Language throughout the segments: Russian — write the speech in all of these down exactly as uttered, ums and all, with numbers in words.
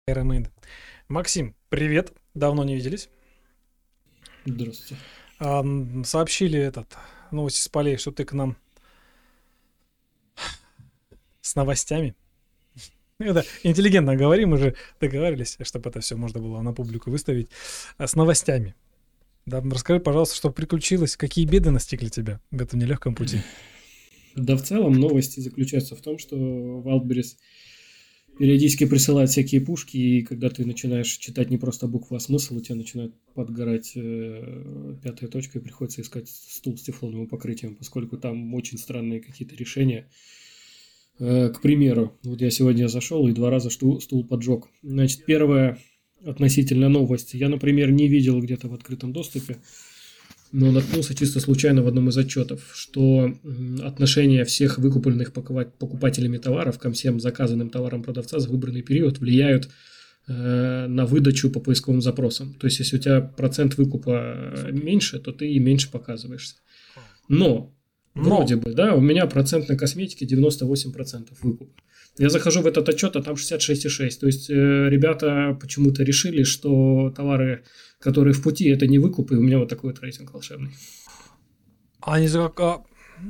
Ironman. Максим, привет. Давно не виделись. Здравствуйте. А, м, сообщили этот новости с полей, что ты к нам с новостями. Это интеллигентно говорим, мы же договаривались, чтобы это все можно было на публику выставить. А, с новостями. Да, расскажи, пожалуйста, что приключилось, какие беды настигли тебя в этом нелегком пути. Да, в целом новости заключаются в том, что Wildberries периодически присылает всякие пушки, и когда ты начинаешь читать не просто букву, а смысл, у тебя начинает подгорать э, пятая точка, и приходится искать стул с тефлоновым покрытием, поскольку там очень странные какие-то решения. Э, к примеру, вот я сегодня зашел и два раза стул, стул поджег. Значит, первая относительно новость. Я, например, не видел где-то в открытом доступе, но наткнулся чисто случайно в одном из отчетов, что отношение всех выкупленных покупателями товаров ко всем заказанным товарам продавца за выбранный период влияют э, на выдачу по поисковым запросам. То есть, если у тебя процент выкупа меньше, то ты и меньше показываешься. Но, Но. вроде бы, да, у меня процент на косметике девяносто восемь процентов выкупа. Я захожу в этот отчет, а там шестьдесят шесть и шесть. То есть, э, ребята почему-то решили, что товары, которые в пути, это не выкуп, и у меня вот такой вот рейтинг волшебный. А они за... А...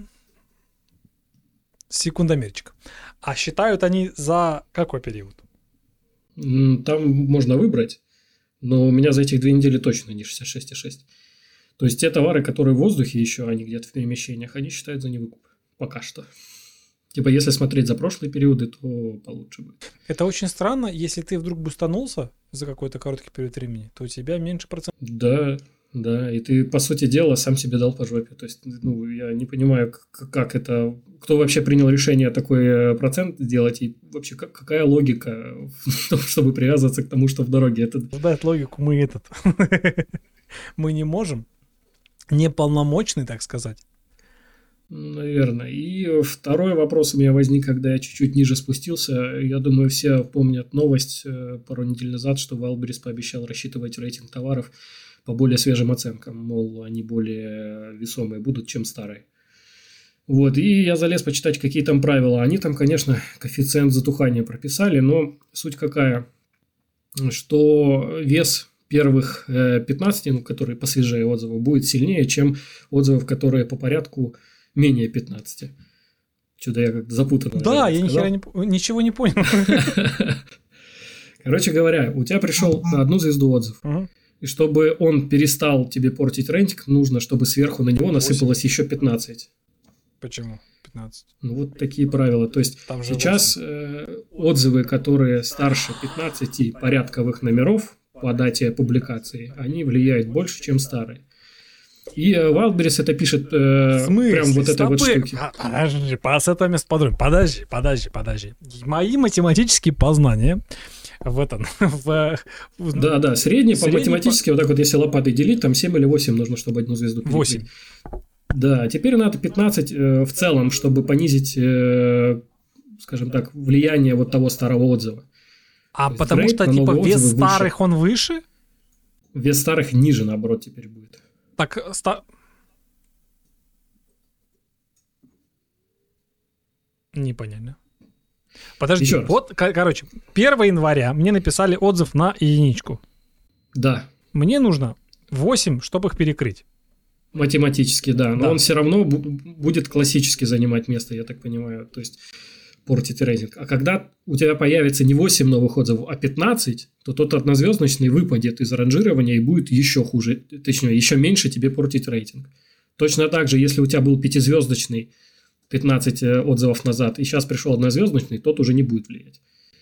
Секундомерчик. А считают они за какой период? Там можно выбрать, но у меня за этих две недели точно не шестьдесят шесть и шесть. То есть, те товары, которые в воздухе еще, они где-то в перемещениях, они считают за невыкуп. Пока что. Типа, если смотреть за прошлые периоды, то получше будет. Это очень странно, если ты вдруг бустанулся за какой-то короткий период времени, то у тебя меньше процентов. Да, да, и ты, по сути дела, сам себе дал по жопе. То есть, ну, я не понимаю, как это... Кто вообще принял решение такой процент сделать, и вообще как, какая логика в том, чтобы привязываться к тому, что в дороге. Это... Ждать логику мы этот... мы не можем. Неполномочный, так сказать. Наверное. И второй вопрос у меня возник, когда я чуть-чуть ниже спустился. Я думаю, все помнят новость пару недель назад, что Wildberries пообещал рассчитывать рейтинг товаров по более свежим оценкам. Мол, они более весомые будут, чем старые. Вот. И я залез почитать, какие там правила. Они там, конечно, коэффициент затухания прописали, но суть какая? Что вес первых пятнадцати, ну, которые посвежее отзывов, будет сильнее, чем отзывов, которые по порядку менее пятнадцати. Что-то я как-то запутанно. Да, я нихера не, ничего не понял. Короче говоря, у тебя пришел на одну звезду отзыв. Uh-huh. И чтобы он перестал тебе портить рейтинг, нужно, чтобы сверху на него насыпалось восемь. Еще пятнадцать. Почему пятнадцать? Ну, вот такие правила. То есть, там сейчас э, отзывы, которые старше пятнадцати порядковых номеров по дате публикации, они влияют больше, чем старые. И Wildberries это пишет э, прям вот этой вот штуки. Подожди, с этого места подумай. Подожди, подожди, подожди. Мои математические познания в этом... В, в, да, да, средний, средний по-математически, по... вот так вот, если лопатой делить, там семь или восемь нужно, чтобы одну звезду перекрыть. восемь. Да, теперь надо пятнадцать э, в целом, чтобы понизить, э, скажем так, влияние вот того старого отзыва. А То потому что, типа, вес старых выше. Он выше? Вес старых ниже, наоборот, теперь будет. Так, ста... Непонятно. Подожди, Еще вот, кор- короче, первого января мне написали отзыв на единичку. Да. Мне нужно восемь, чтобы их перекрыть. Математически, да. Но да. Он все равно б- будет классически занимать место, я так понимаю. То есть портить рейтинг. А когда у тебя появится не восемь новых отзывов, а пятнадцать, то тот однозвездочный выпадет из ранжирования и будет еще хуже, точнее, еще меньше тебе портить рейтинг. Точно так же, если у тебя был пятизвездочный пятнадцать отзывов назад, и сейчас пришел однозвездочный, тот уже не будет влиять.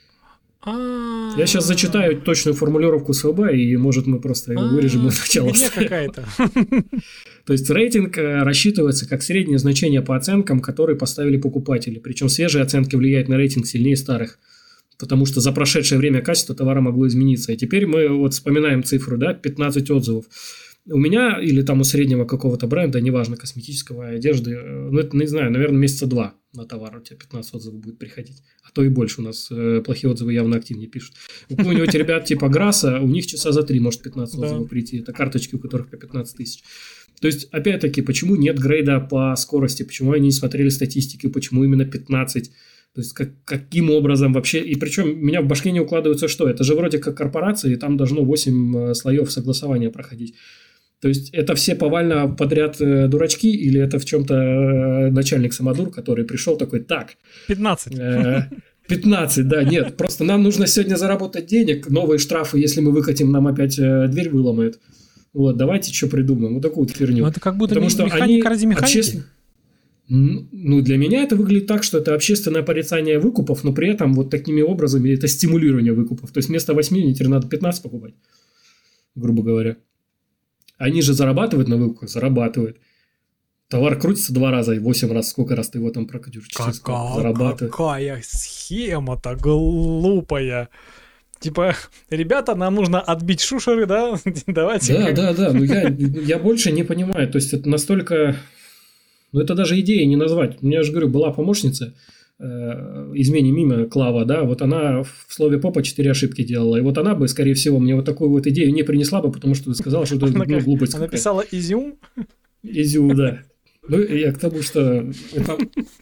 Я сейчас зачитаю точную формулировку СВБ, и, может, мы просто его вырежем из начала. какая-то. То есть рейтинг рассчитывается как среднее значение по оценкам, которые поставили покупатели. Причем свежие оценки влияют на рейтинг сильнее старых. Потому что за прошедшее время качество товара могло измениться. И теперь мы вот вспоминаем цифру, да, пятнадцать отзывов. У меня или там у среднего какого-то бренда, неважно, косметического, одежды, ну, это, не знаю, наверное, месяца два на товар у тебя пятнадцать отзывов будет приходить. А то и больше. У нас э, плохие отзывы явно активнее пишут. У какого-нибудь ребят типа Грасса, у них часа за три может пятнадцать отзывов прийти. Это карточки, у которых по пятнадцать тысяч. То есть, опять-таки, почему нет грейда по скорости? Почему они не смотрели статистики? Почему именно пятнадцать? То есть, как, каким образом вообще... И причем меня в башке не укладывается, что это же вроде как корпорация, и там должно восемь слоев согласования проходить. То есть, это все повально подряд дурачки, или это в чем-то начальник самодур, который пришел такой, так... пятнадцать. пятнадцать, да, нет. Просто нам нужно сегодня заработать денег. Новые штрафы, если мы выкатим, нам опять дверь выломают. Вот, давайте что придумаем. Вот такую вот херню. Ну, это как будто Потому что механика они ради механики. общественно... Ну, для меня это выглядит так, что это общественное порицание выкупов, но при этом вот такими образами это стимулирование выкупов. То есть, вместо восьми мне теперь надо пятнадцать покупать, грубо говоря. Они же зарабатывают на выкупах? Зарабатывают. Товар крутится два раза и восемь раз. Сколько раз ты его там прокрутишь? Какая, зарабатывает. какая схема-то глупая. Типа, ребята, нам нужно отбить шушеры, да? Давайте. Да, да, да. Ну, я, я больше не понимаю. То есть, это настолько... Ну, это даже идеей не назвать. У меня же, говорю, была помощница, э, изменим имя, Клава, да, вот она в слове попа четыре ошибки делала. И вот она бы, скорее всего, мне вот такую вот идею не принесла бы, потому что сказала, что это ну, глупость она какая-то. писала изюм? Изюм, да. Ну, я к тому, что это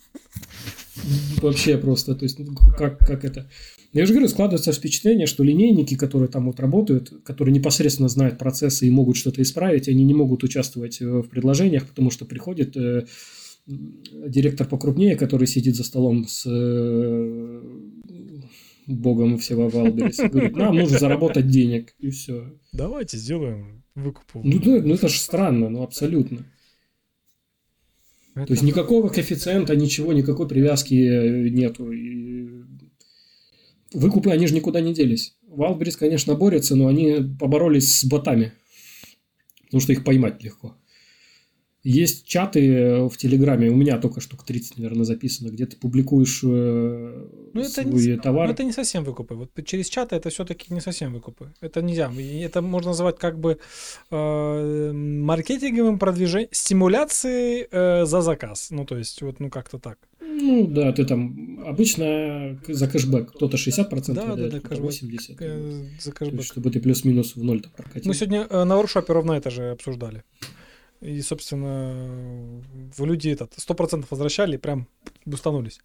вообще просто, то есть, как, как это... Я же говорю, складывается впечатление, что линейники, которые там вот работают, которые непосредственно знают процессы и могут что-то исправить, они не могут участвовать в предложениях, потому что приходит э, директор покрупнее, который сидит за столом с э, богом всего Валбериса, говорит, нам нужно заработать денег, и все. Давайте сделаем выкуп. Ну, да, ну это же странно, ну абсолютно. Это... То есть, никакого коэффициента, ничего, никакой привязки нету. И... Выкупы, они же никуда не делись. Wildberries, конечно, борется, но они поборолись с ботами, потому что их поймать легко. Есть чаты в Телеграме, у меня только штук тридцать, наверное, записано, где ты публикуешь э, ну, это свой не, товар. Ну, это не совсем выкупы. Вот через чаты это все-таки не совсем выкупы. Это нельзя. Это можно назвать как бы э, маркетинговым продвижением, стимуляцией э, за заказ. Ну, то есть, вот, ну, как-то так. Ну, да, ты там обычно за кэшбэк. Кто-то шестьдесят процентов да, выдает, да, да, кто-то восемьдесят процентов. За кэшбэк. Есть, чтобы ты плюс-минус в ноль прокатил. Мы сегодня э, на воркшопе ровно это же обсуждали. И, собственно, в люди этот сто процентов возвращали и прям бустанулись.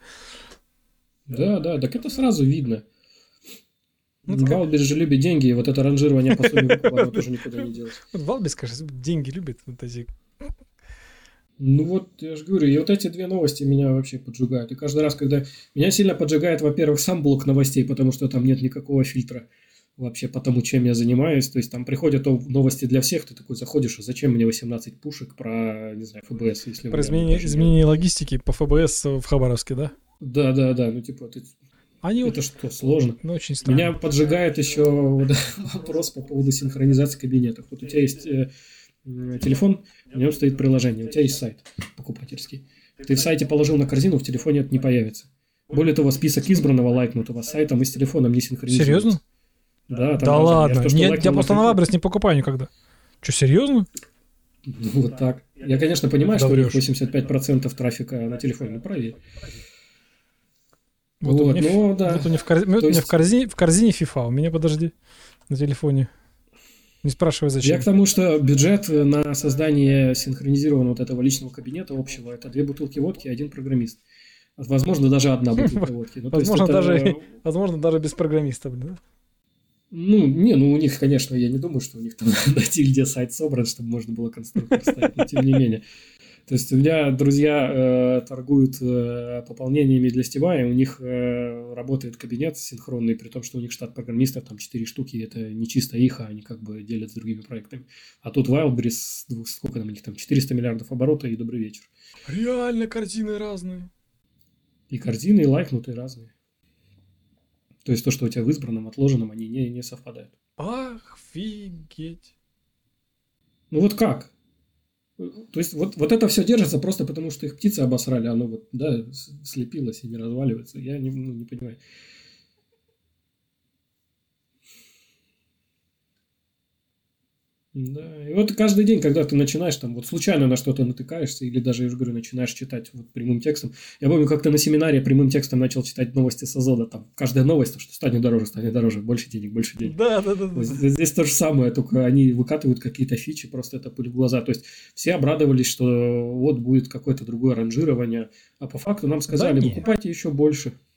Да, да, так это сразу видно. Ну, Валберис же любит деньги, и вот это ранжирование по сумме выкупа, оно тоже никуда не делось. Валберис, кажется, деньги любит. Вот эти... Ну вот, я же говорю, и вот эти две новости меня вообще поджигают. И каждый раз, когда... Меня сильно поджигает, во-первых, сам блок новостей, потому что там нет никакого фильтра вообще по тому, чем я занимаюсь. То есть, там приходят новости для всех, ты такой заходишь, а зачем мне восемнадцать пушек про, не знаю, ФБС? Если про изменение, изменение логистики по ФБС в Хабаровске, да? Да, да, да, ну типа... Ты... Они это вот... что, сложно? Ну, очень странно. Меня поджигает еще вопрос по поводу синхронизации кабинетов. Вот у тебя есть э, телефон, в нем стоит приложение, у тебя есть сайт покупательский. Ты в сайте положил на корзину, в телефоне это не появится. Более того, список избранного лайкнутого с сайтом и с телефоном не синхронизируется. Серьезно? Да, да ладно, я, то, Нет, я просто на Валберис не покупаю никогда. Что, серьезно? Ну, вот так. Я, конечно, понимаю, да что у них восемьдесят пять процентов трафика на телефоне, ну проверь. Вот, вот, у меня, ну, да. Вот у меня в, корзи... есть... в, корзине, в корзине FIFA, у меня, подожди, на телефоне. Не спрашивай, зачем. Я к тому, что бюджет на создание синхронизированного вот этого личного кабинета общего, это две бутылки водки и один программист. Возможно, даже одна бутылка водки. Ну, возможно, это... даже, возможно, даже без программиста, да? Ну, не, ну у них, конечно, я не думаю, что у них там на тильде сайт собран, чтобы можно было конструктор ставить, но тем не менее. То есть у меня друзья э, торгуют э, пополнениями для Стивая, у них э, работает кабинет синхронный, при том, что у них штат программистов там четыре штуки, это не чисто их, а они как бы делят с другими проектами. А тут Wildberries, сколько там у них там, четыреста миллиардов оборота и добрый вечер. Реально картины разные. И картины, и лайкнутые разные. То есть то, что у тебя в избранном, отложенном, они не, не совпадают. Офигеть. Ну вот как? То есть вот, вот это все держится просто потому, что их птицы обосрали, оно вот, да, слепилось и не разваливается. Я не, ну, не понимаю. Да, и вот каждый день, когда ты начинаешь там, вот случайно на что-то натыкаешься, или даже, я же говорю, начинаешь читать вот прямым текстом. Я помню, как-то на семинаре прямым текстом начал читать новости с Озода, там каждая новость, что станет дороже, станет дороже, больше денег, больше денег. Да, да, да. Вот здесь, здесь то же самое, только они выкатывают какие-то фичи, просто это пыль в глаза. То есть все обрадовались, что вот будет какое-то другое ранжирование, а по факту нам сказали, да выкупайте еще больше.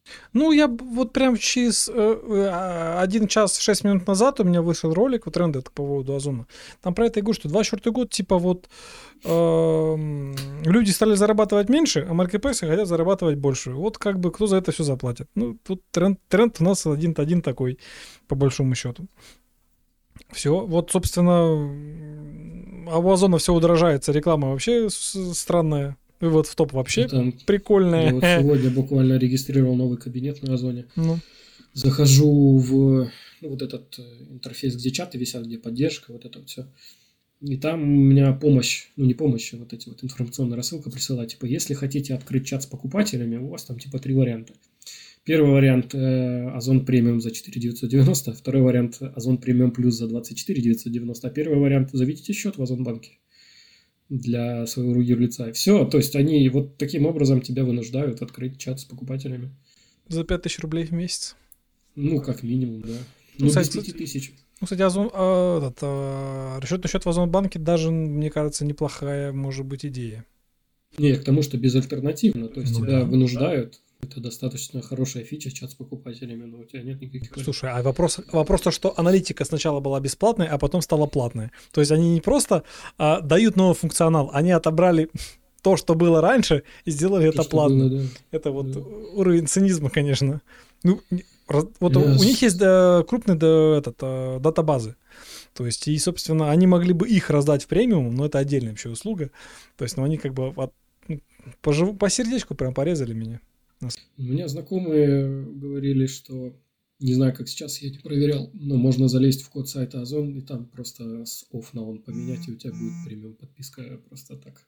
Ну, я б- вот прям через э, э, один час шесть минут назад у меня вышел ролик, вот тренды это по поводу Озона. Там про это и говорю, что двадцать четвёртый год, типа вот эм, люди стали зарабатывать меньше, а маркетплейсы хотят зарабатывать больше. Вот как бы кто за это все заплатит? Ну, тут тренд, тренд у нас один, один такой, по большому счету. Все, вот, собственно, м, а у Озона все удорожается, реклама вообще с- странная. И вот в топ Ну, вообще там, я прикольная. вот сегодня буквально регистрировал новый кабинет на Озоне. Ну, Захожу в ну, вот этот э, интерфейс, где чаты висят, где поддержка, вот это вот все. И там у меня помощь, ну не помощь, а вот эти вот информационная рассылка присылает, типа, если хотите открыть чат с покупателями, у вас там типа три варианта. Первый вариант э, Озон премиум за четыре тысячи девятьсот девяносто, второй вариант Озон премиум плюс за двадцать четыре тысячи девятьсот девяносто, а первый вариант заведите счет в Озон банке для своего юрлица. Все, то есть они вот таким образом тебя вынуждают открыть чат с покупателями. за пять тысяч рублей в месяц. Ну, как минимум, да. Ну, Ну, без кстати, пяти тысяч. Ну, кстати, Озон, а, этот, а, расчетный счет в Озонбанке даже, мне кажется, неплохая может быть идея. Не, к тому, что безальтернативно. То есть Ну тебя да. вынуждают. Это достаточно хорошая фича, чат с покупателями, но у тебя нет никаких... Слушай, а вопрос, вопрос то, что аналитика сначала была бесплатной, а потом стала платной. То есть они не просто а, дают новый функционал, они отобрали то, что было раньше, и сделали То, это что платно. было, да. Это вот Да. уровень цинизма, конечно. Ну, не- раз- вот Я у, у с- них есть да, крупные да, этот, а, датабазы. То есть, и, собственно, они могли бы их раздать в премиум, но это отдельная вообще услуга. То есть, ну, они как бы от- ну, по, живу- по сердечку прям порезали меня. У меня знакомые говорили, что... Не знаю, как сейчас, я не проверял, но можно залезть в код сайта Озон и там просто с off на on поменять, и у тебя будет премиум подписка просто так.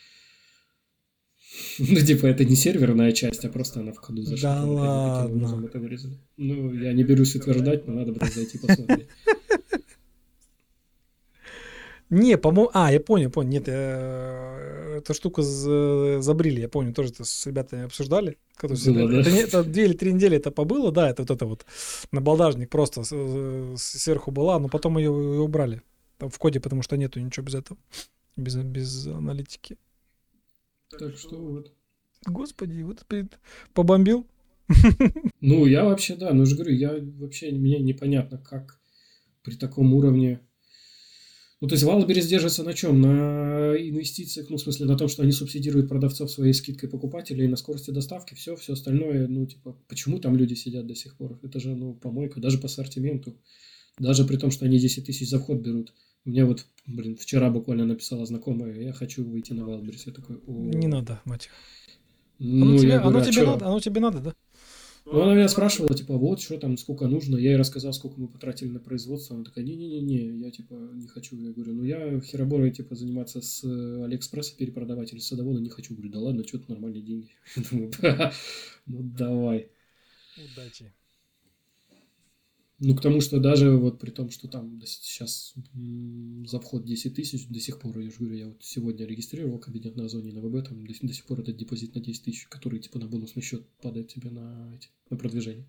Ну, типа, это не серверная часть, а просто она в коду Да зашита. Вот они таким образом ладно. это вырезали. Ну, я не берусь утверждать, но надо будет зайти посмотреть. Не, по-моему... А, я понял, понял. Нет, э, эту штуку за- забрили, я помню, тоже это с ребятами обсуждали. Которые- Было, это, да? это не- это две или три недели это побыло, да, это вот это вот набалдажник просто с- с- сверху была, но потом ее, ее убрали. Там в коде, потому что нету ничего без этого, без, без аналитики. Так что вот. Господи, вот блин, побомбил. Ну, я вообще, да, ну, же говорю, я вообще, мне непонятно, как при таком уровне... Ну, то есть Wildberries держится на чем? На инвестициях, ну, в смысле, на том, что они субсидируют продавцов своей скидкой покупателей на скорости доставки, все, все остальное, ну, типа, почему там люди сидят до сих пор? Это же, ну, помойка, даже по ассортименту, даже при том, что они десять тысяч за вход берут. Мне вот, блин, вчера буквально написала знакомая, я хочу выйти на Wildberries. Я такой, о... Не надо, мать. Оно Ну, тебе, я говорю, оно а тебе чё? надо, оно тебе надо, да? Ну, она меня спрашивала, типа, вот, что там, сколько нужно. Я ей рассказал, сколько мы потратили на производство. Она такая, не-не-не, я, типа, не хочу. Я говорю, ну, я хероборой, типа, заниматься с э, Алиэкспресса перепродавать или с Садовода не хочу. Говорю, да ладно, что-то нормальные деньги. Думаю, ну, давай. Удачи. Ну, к тому, что даже вот при том, что там сейчас м, за вход десять тысяч, до сих пор, я же говорю, я вот сегодня регистрировал кабинет на Озоне и на ВБ, там до, до сих пор этот депозит на десять тысяч, который типа на бонусный счет падает тебе на, эти, на продвижение.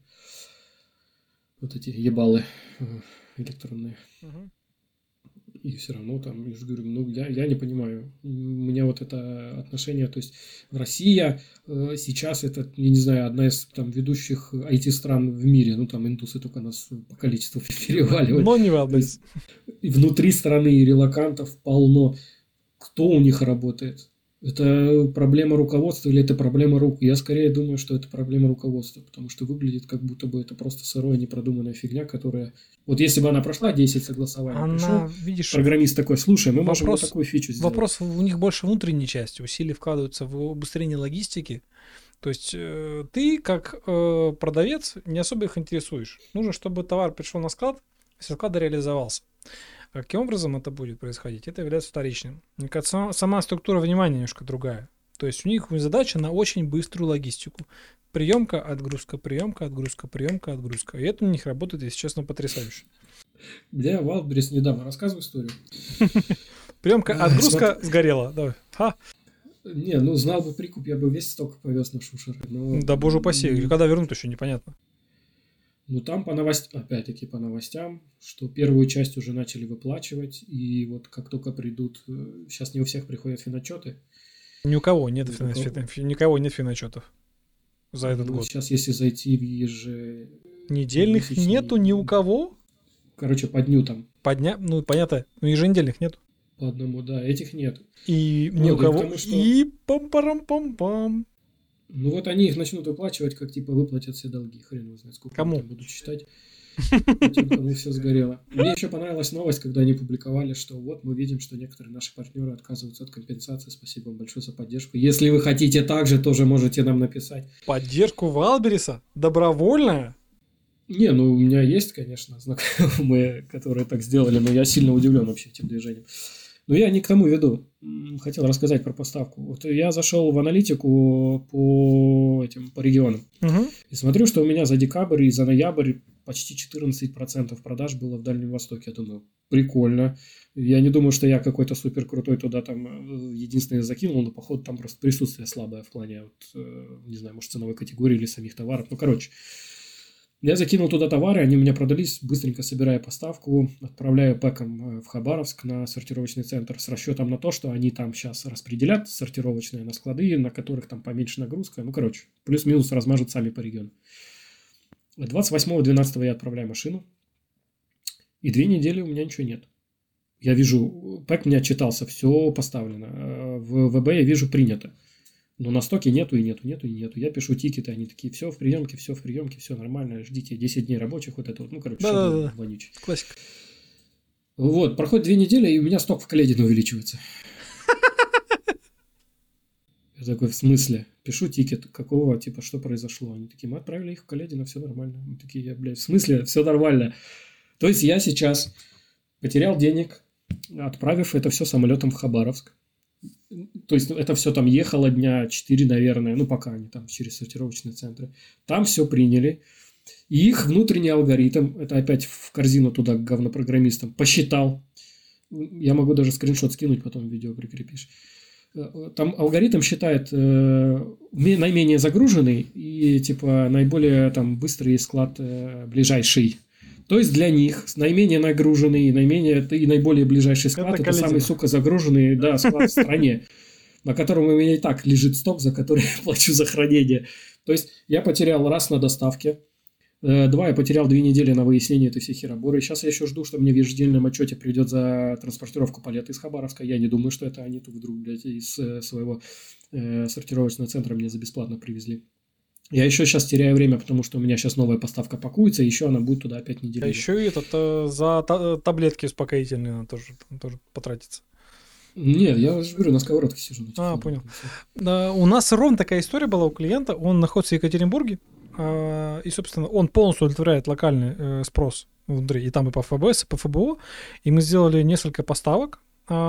Вот эти ебалы э, электронные. Угу. И все равно там, я же говорю, ну, я, я не понимаю. У меня вот это отношение, то есть Россия э, сейчас это, я не знаю, одна из там ведущих ай ти-стран в мире, ну, там индусы только нас по количеству переваливают. Но не Wildberries. И внутри страны и релокантов полно. Кто у них работает? Это проблема руководства или это проблема рук? Я скорее думаю, что это проблема руководства, потому что выглядит как будто бы это просто сырая непродуманная фигня, которая... Вот если бы она прошла десять согласований, Она, пришел видишь, программист такой, слушай, мы можем вот вопрос, такую фичу сделать. вопрос у них больше внутренней части. Усилия вкладываются в убыстрение логистики. То есть э, ты, как э, продавец, не особо их интересуешь. Нужно, чтобы товар пришел на склад, и со склада реализовался. А каким образом это будет происходить, это является вторичным. Мне кажется, сама, сама структура внимания немножко другая. То есть у них задача на очень быструю логистику. Приемка, отгрузка, приемка, отгрузка, приемка, отгрузка. И это у них работает, если честно, потрясающе. Я Wildberries недавно рассказываю историю. Приемка, А, отгрузка смотри. сгорела. Давай. Ха. Не, ну знал бы прикуп, я бы весь сток повез на шушеры. Но... Да боже упаси. м, Когда вернут, еще непонятно. Ну, там по новостям, опять-таки по новостям, что первую часть уже начали выплачивать, и вот как только придут, э, сейчас не у всех приходят финотчеты. Ни у кого нет, Ни у фина- кого. фи- фи- никого нет финотчетов. за этот Ну, год. сейчас, если зайти в еже... Недельных месячный- нету ни у кого. Короче, по дню там, По дня, ну, понятно, ну, еженедельных нету. по одному, да, этих нет. И ни Вот, у и кого. потому что- И пам-парам-пам-пам. Ну вот они их начнут выплачивать, как типа выплатят все долги. Хрен его знает, сколько Кому? я там буду читать. Тем, кому все сгорело. Мне еще понравилась новость, когда они публиковали, что вот мы видим, что некоторые наши партнеры отказываются от компенсации. Спасибо вам большое за поддержку. Если вы хотите так же, тоже можете нам написать. Поддержку Валбериса? Добровольная? Не, ну у меня есть, конечно, знакомые, которые так сделали, но я сильно удивлен вообще этим движением. Но я не к тому веду. М, Хотел рассказать про поставку. Вот я зашел в аналитику по этим по регионам. Угу. И смотрю, что у меня за декабрь и за ноябрь почти четырнадцать процентов продаж было в Дальнем Востоке. Я думаю, прикольно. Я не думаю, что я какой-то супер крутой туда там э, единственный закинул, но походу там просто присутствие слабое в плане, вот, э, не знаю, может, ценовой категории или самих товаров. Ну, короче. Я закинул туда товары, они у меня продались, быстренько собирая поставку, отправляю пэком в Хабаровск на сортировочный центр с расчетом на то, что они там сейчас распределят сортировочные на склады, на которых там поменьше нагрузка. Ну, короче, плюс-минус размажут сами по региону. двадцать восьмого двенадцатого я отправляю машину, и две недели у меня ничего нет. Я вижу, пэк мне отчитался, все поставлено. В ВБ я вижу принято. Но на стоке нету и нету, нету и нету. Я пишу тикеты, они такие, все в приемке, все в приемке, все нормально, ждите десять дней рабочих, вот это вот, ну, короче, Да-да-да. шаблон вонючий. Классика. Вот, проходит две недели, и у меня сток в Каледино увеличивается. Я такой, в смысле? Пишу тикет, какого, типа, что произошло? Они такие, мы отправили их в Каледино, все нормально. Мы такие, я, блядь, в смысле, все нормально. То есть я сейчас потерял денег, отправив это все самолетом в Хабаровск. То есть это все там ехало дня четыре, наверное, ну пока они там через сортировочные центры. Там все приняли. И их внутренний алгоритм, это опять в корзину туда к говнопрограммистам, посчитал. Я могу даже скриншот скинуть, потом видео прикрепишь. Там алгоритм считает э, наименее загруженный и типа наиболее там быстрый склад э, ближайший. То есть для них наименее нагруженный и, наименее, и наиболее ближайший склад это, это самый, сука, загруженный да, склад в стране, на котором у меня и так лежит сток, за который я плачу за хранение. То есть я потерял раз на доставке, два, я потерял две недели на выяснение этой всей хероборы. Сейчас я еще жду, что мне в ежедневном отчете придет за транспортировку палеты из Хабаровска. Я не думаю, что это они тут вдруг, блядь, из своего э, сортировочного центра мне за бесплатно привезли. Я еще сейчас теряю время, потому что у меня сейчас новая поставка пакуется, и еще она будет туда опять неделю. А еще и этот, э, за та- таблетки успокоительные надо тоже, тоже потратиться. Нет, я же говорю, на сковородке сижу. На а, понял. Да, у нас ровно такая история была у клиента. Он находится в Екатеринбурге, э, и, собственно, он полностью удовлетворяет локальный э, спрос внутри, и там и по ФБС, и по ФБО. И мы сделали несколько поставок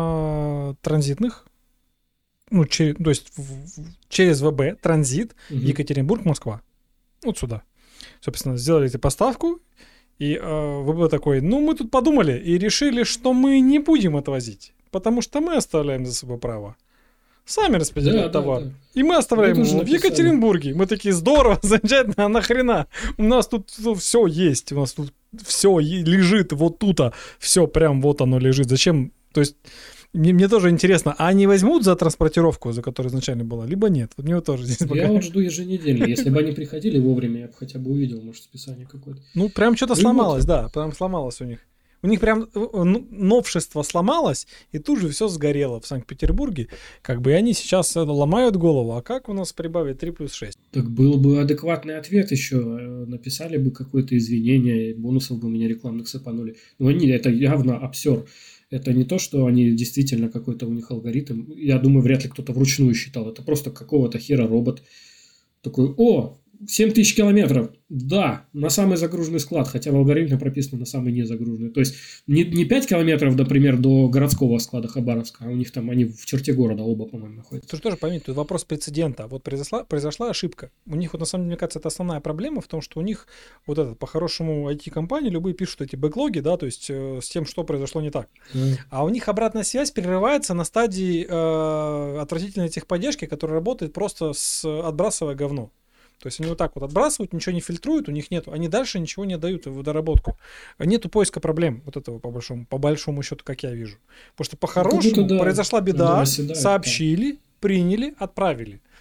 э, транзитных, ну, через, то есть в, в, через ВБ, транзит, угу. Екатеринбург, Москва. Вот сюда. Собственно, сделали эту поставку, и э, ВБ такой, ну, мы тут подумали и решили, что мы не будем отвозить, потому что мы оставляем за собой право сами распределять да, товар. Да, да. И мы оставляем мы его в Екатеринбурге. Мы такие, здорово, замечательно, а нахрена? У нас тут ну, все есть, у нас тут все лежит вот тут, а все прям вот оно лежит. Зачем? То есть... Мне, мне тоже интересно, а они возьмут за транспортировку, за которой изначально была, либо нет? Вот мне вот тоже здесь Я пока... вот жду еженедельно. Если бы они приходили вовремя, я бы хотя бы увидел, может, списание какое-то. Ну, прям что-то сломалось, да, прям сломалось у них. У них прям новшество сломалось, и тут же все сгорело в Санкт-Петербурге. Как бы и они сейчас ломают голову, а как у нас прибавить три плюс шесть? Так был бы адекватный ответ еще. Написали бы какое-то извинение, бонусов бы меня рекламных сыпанули. Но они, это явно обсер. Это не то, что они действительно какой-то у них алгоритм. Я думаю, вряд ли кто-то вручную считал. Это просто какого-то хера робот. Такой, о, семь тысяч километров. Да, на самый загруженный склад. Хотя в алгоритме прописано на самый незагруженный. То есть не, не пять километров, например, до городского склада Хабаровска, а у них там они в черте города оба, по-моему, находятся. Ты же тоже пойми, тут вопрос прецедента. Вот произошла, произошла ошибка. У них, вот на самом деле, мне кажется, это основная проблема в том, что у них вот этот, по-хорошему, ай ти-компании любые пишут эти бэклоги, да, то есть э, с тем, что произошло не так. Mm. А у них обратная связь прерывается на стадии э, отвратительной техподдержки, которая работает просто с отбрасывая говно. То есть они вот так вот отбрасывают, ничего не фильтруют, у них нету. Они дальше ничего не дают в доработку. Нету поиска проблем вот этого по большому, по большому счету, как я вижу. Потому что по-хорошему да. произошла беда, да, сообщили, да. приняли, отправили.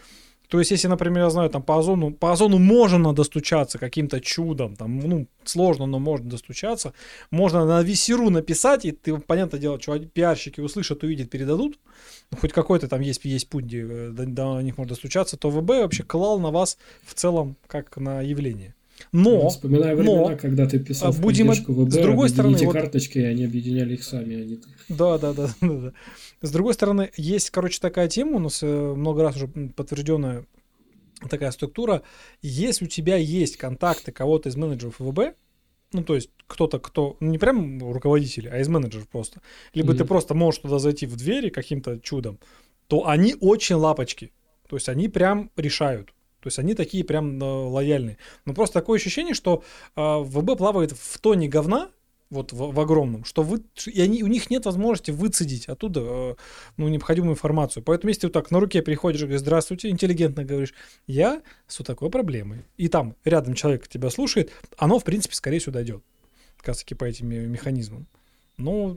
То есть, если, например, я знаю, там по Озону, по Озону можно достучаться каким-то чудом, там, ну, сложно, но можно достучаться. Можно на висеру написать, и ты, понятное дело, что пиарщики услышат, увидят, передадут. Хоть какой-то там есть, есть путь, где до, до них можно достучаться, то ВБ вообще клал на вас в целом как на явление. Но, вспоминаю времена, но, когда ты писал в будем поддержку ВБ, с другой стороны, вот, карточки, и они объединяли их сами, а не ты. Да, да, да, да, да. С другой стороны, есть, короче, такая тема, у нас много раз уже подтвержденная такая структура. Если у тебя есть контакты кого-то из менеджеров ВБ, ну, то есть кто-то, кто, ну, не прям руководитель, а из менеджеров просто, либо mm-hmm. ты просто можешь туда зайти в двери каким-то чудом, то они очень лапочки. То есть они прям решают. То есть они такие прям э, лояльные. Но просто такое ощущение, что э, ВБ плавает в тоне говна, вот в, в огромном, что вы, и они, у них нет возможности выцедить оттуда э, ну, необходимую информацию. Поэтому если ты вот так на руке приходишь и говоришь: здравствуйте, интеллигентно говоришь, я с вот такой проблемой, и там рядом человек тебя слушает, оно, в принципе, скорее всего дойдет. Как раз таки по этим механизмам. Ну...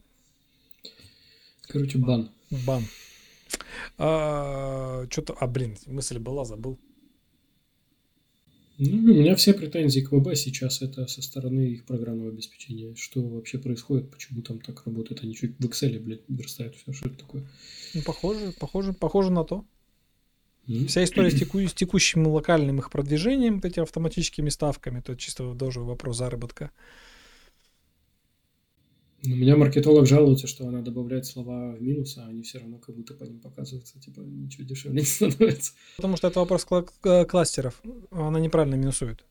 Короче, бан. Бан. А, что-то... А, блин, мысль была, забыл. Ну, у меня все претензии к ВБ сейчас это со стороны их программного обеспечения. Что вообще происходит, почему там так работает? Они чуть в Excel, блядь, верстают все, что это такое. Ну, похоже, похоже, похоже на то. Mm-hmm. Вся история с, теку, с текущим локальным их продвижением, этими автоматическими ставками, то чисто тоже вопрос заработка. У меня маркетолог жалуется, что она добавляет слова в минус, а они все равно как будто по ним показываются, типа ничего дешевле не становится. Потому что это вопрос кла- кластеров. Она неправильно минусует.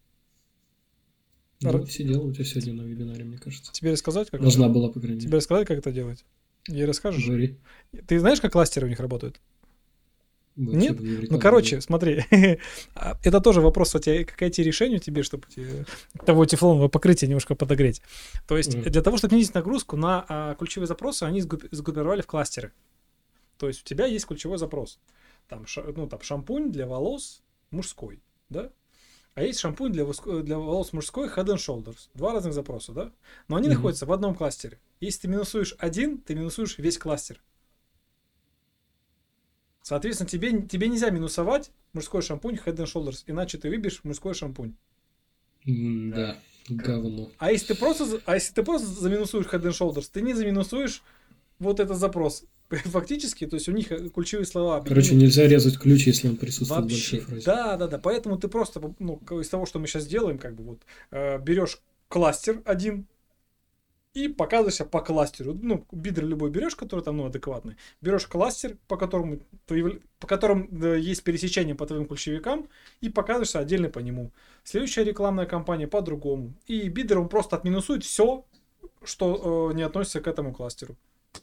Ну, Р... сидела у тебя сегодня на вебинаре, мне кажется. Тебе рассказать, как Должна это... была, по крайней мере. Тебе рассказать, как это делать? Ей расскажешь? Говори. Ты знаешь, как кластеры у них работают? Вообще Нет? Ну, короче, смотри, это тоже вопрос, у тебя, какое тебе решение тебе, чтобы того тефлонового покрытия немножко подогреть. То есть mm. для того, чтобы снизить нагрузку на а, ключевые запросы, они сгруппировали в кластеры. То есть у тебя есть ключевой запрос. Там, ша, ну, там шампунь для волос мужской, да? А есть шампунь для, для волос мужской Head and Shoulders. Два разных запроса, да? Но они mm-hmm. находятся в одном кластере. Если ты минусуешь один, ты минусуешь весь кластер. Соответственно, тебе, тебе нельзя минусовать мужской шампунь Head and Shoulders, иначе ты выберешь мужской шампунь. Mm, да, говно. А если ты просто, а если ты просто заминусуешь Head and Shoulders, ты не заминусуешь вот этот запрос. Фактически, то есть у них ключевые слова. Короче, нельзя резать ключ, если он присутствует вообще, в большой фразе. Да, да, да. Поэтому ты просто, ну, из того, что мы сейчас делаем, как бы вот э, берешь кластер один и показываешься по кластеру. Ну, бидер любой берешь, который там, ну, адекватный. Берешь кластер, по которому, по которому да, есть пересечение по твоим ключевикам, и показываешься отдельно по нему. Следующая рекламная кампания по-другому. И бидер он просто отминусует все, что э, не относится к этому кластеру.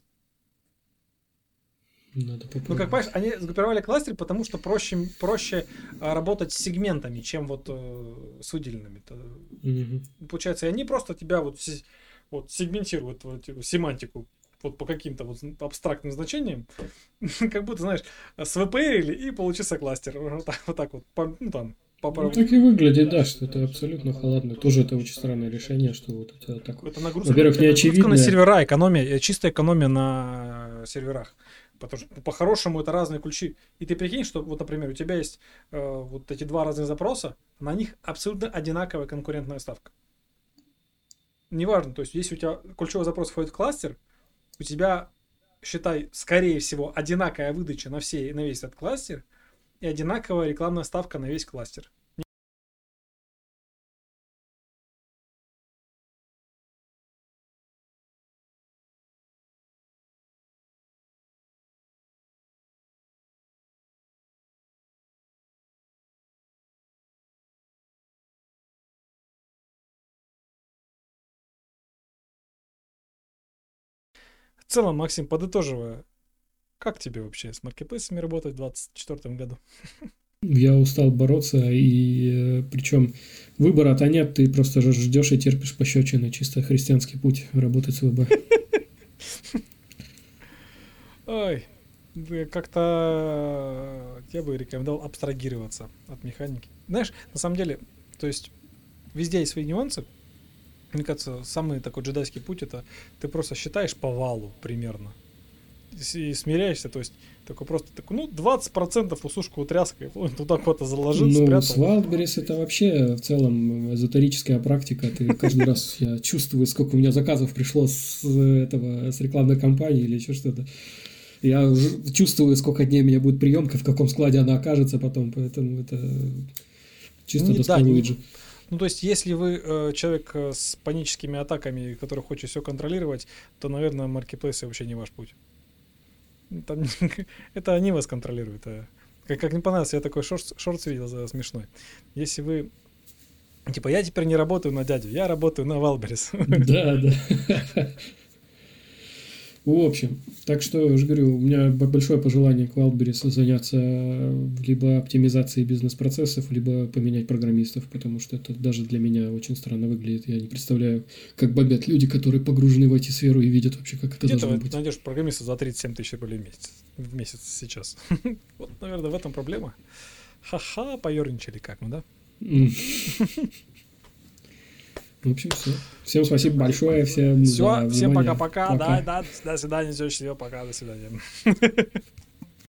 Надо ну, как понимаешь, они сгруппировали кластер, потому что проще, проще а, работать с сегментами, чем вот э, с выделенными. Mm-hmm. Получается, и они просто тебя вот, вот сегментируют вот, семантику вот по каким-то вот абстрактным значениям, как будто, знаешь, свприли и получился кластер. Вот так вот, так вот по, ну, там, по ну, так и выглядит, да, что это абсолютно халатно. Тоже это очень странное решение, что вот это так. Это нагрузка, во-первых, не очевидно. на сервера, экономия, чистая экономия на серверах. Потому что по-хорошему это разные ключи. И ты прикинь, что вот, например, у тебя есть э, вот эти два разных запроса, на них абсолютно одинаковая конкурентная ставка. Неважно, то есть если у тебя ключевой запрос входит в кластер, у тебя, считай, скорее всего, одинаковая выдача на, все, на весь этот кластер и одинаковая рекламная ставка на весь кластер. В целом, Максим, подытоживая, как тебе вообще с маркетплейсами работать в двадцать четвёртом году? Я устал бороться, и причем выбора-то нет, ты просто ждешь и терпишь пощечины, чисто христианский путь работать с ВБ. Ой, как-то я бы рекомендовал абстрагироваться от механики. Знаешь, на самом деле, то есть везде есть свои нюансы. Мне кажется, самый такой джедайский путь — это ты просто считаешь по валу примерно. и смиряешься, то есть такой просто такой, ну, двадцать процентов усушку тряской, туда куда-то заложил, ну, спрятал. с Wildberries это вообще в целом эзотерическая практика. Ты каждый раз, я чувствую, сколько у меня заказов пришло с этого, с рекламной кампании или еще что-то. Я чувствую, сколько дней у меня будет приемка, в каком складе она окажется потом, поэтому это чисто Не- доска да, не- Луиджи. Ну, то есть, если вы э, человек э, с паническими атаками, который хочет все контролировать, то, наверное, маркетплейсы вообще не ваш путь. Там, это они вас контролируют. а Как, как мне понравился, я такой шорт, шортс видел за- смешной. Если вы, типа, я теперь не работаю на дядю, я работаю на Wildberries. Да, да. В общем, так что, я же говорю, у меня б- большое пожелание к Wildberries заняться либо оптимизацией бизнес-процессов, либо поменять программистов, потому что это даже для меня очень странно выглядит. Я не представляю, как бомбят люди, которые погружены в ай ти-сферу и видят вообще, как это Где должно ты быть. найдешь программиста за тридцать семь тысяч рублей в месяц, в месяц сейчас? Вот, наверное, в этом проблема. Ха-ха, поерничали как мы, да? М. В общем, все. Всем спасибо большое, всем за Все, всем внимание. пока-пока, Пока. да, да, до свидания, все, пока, до свидания.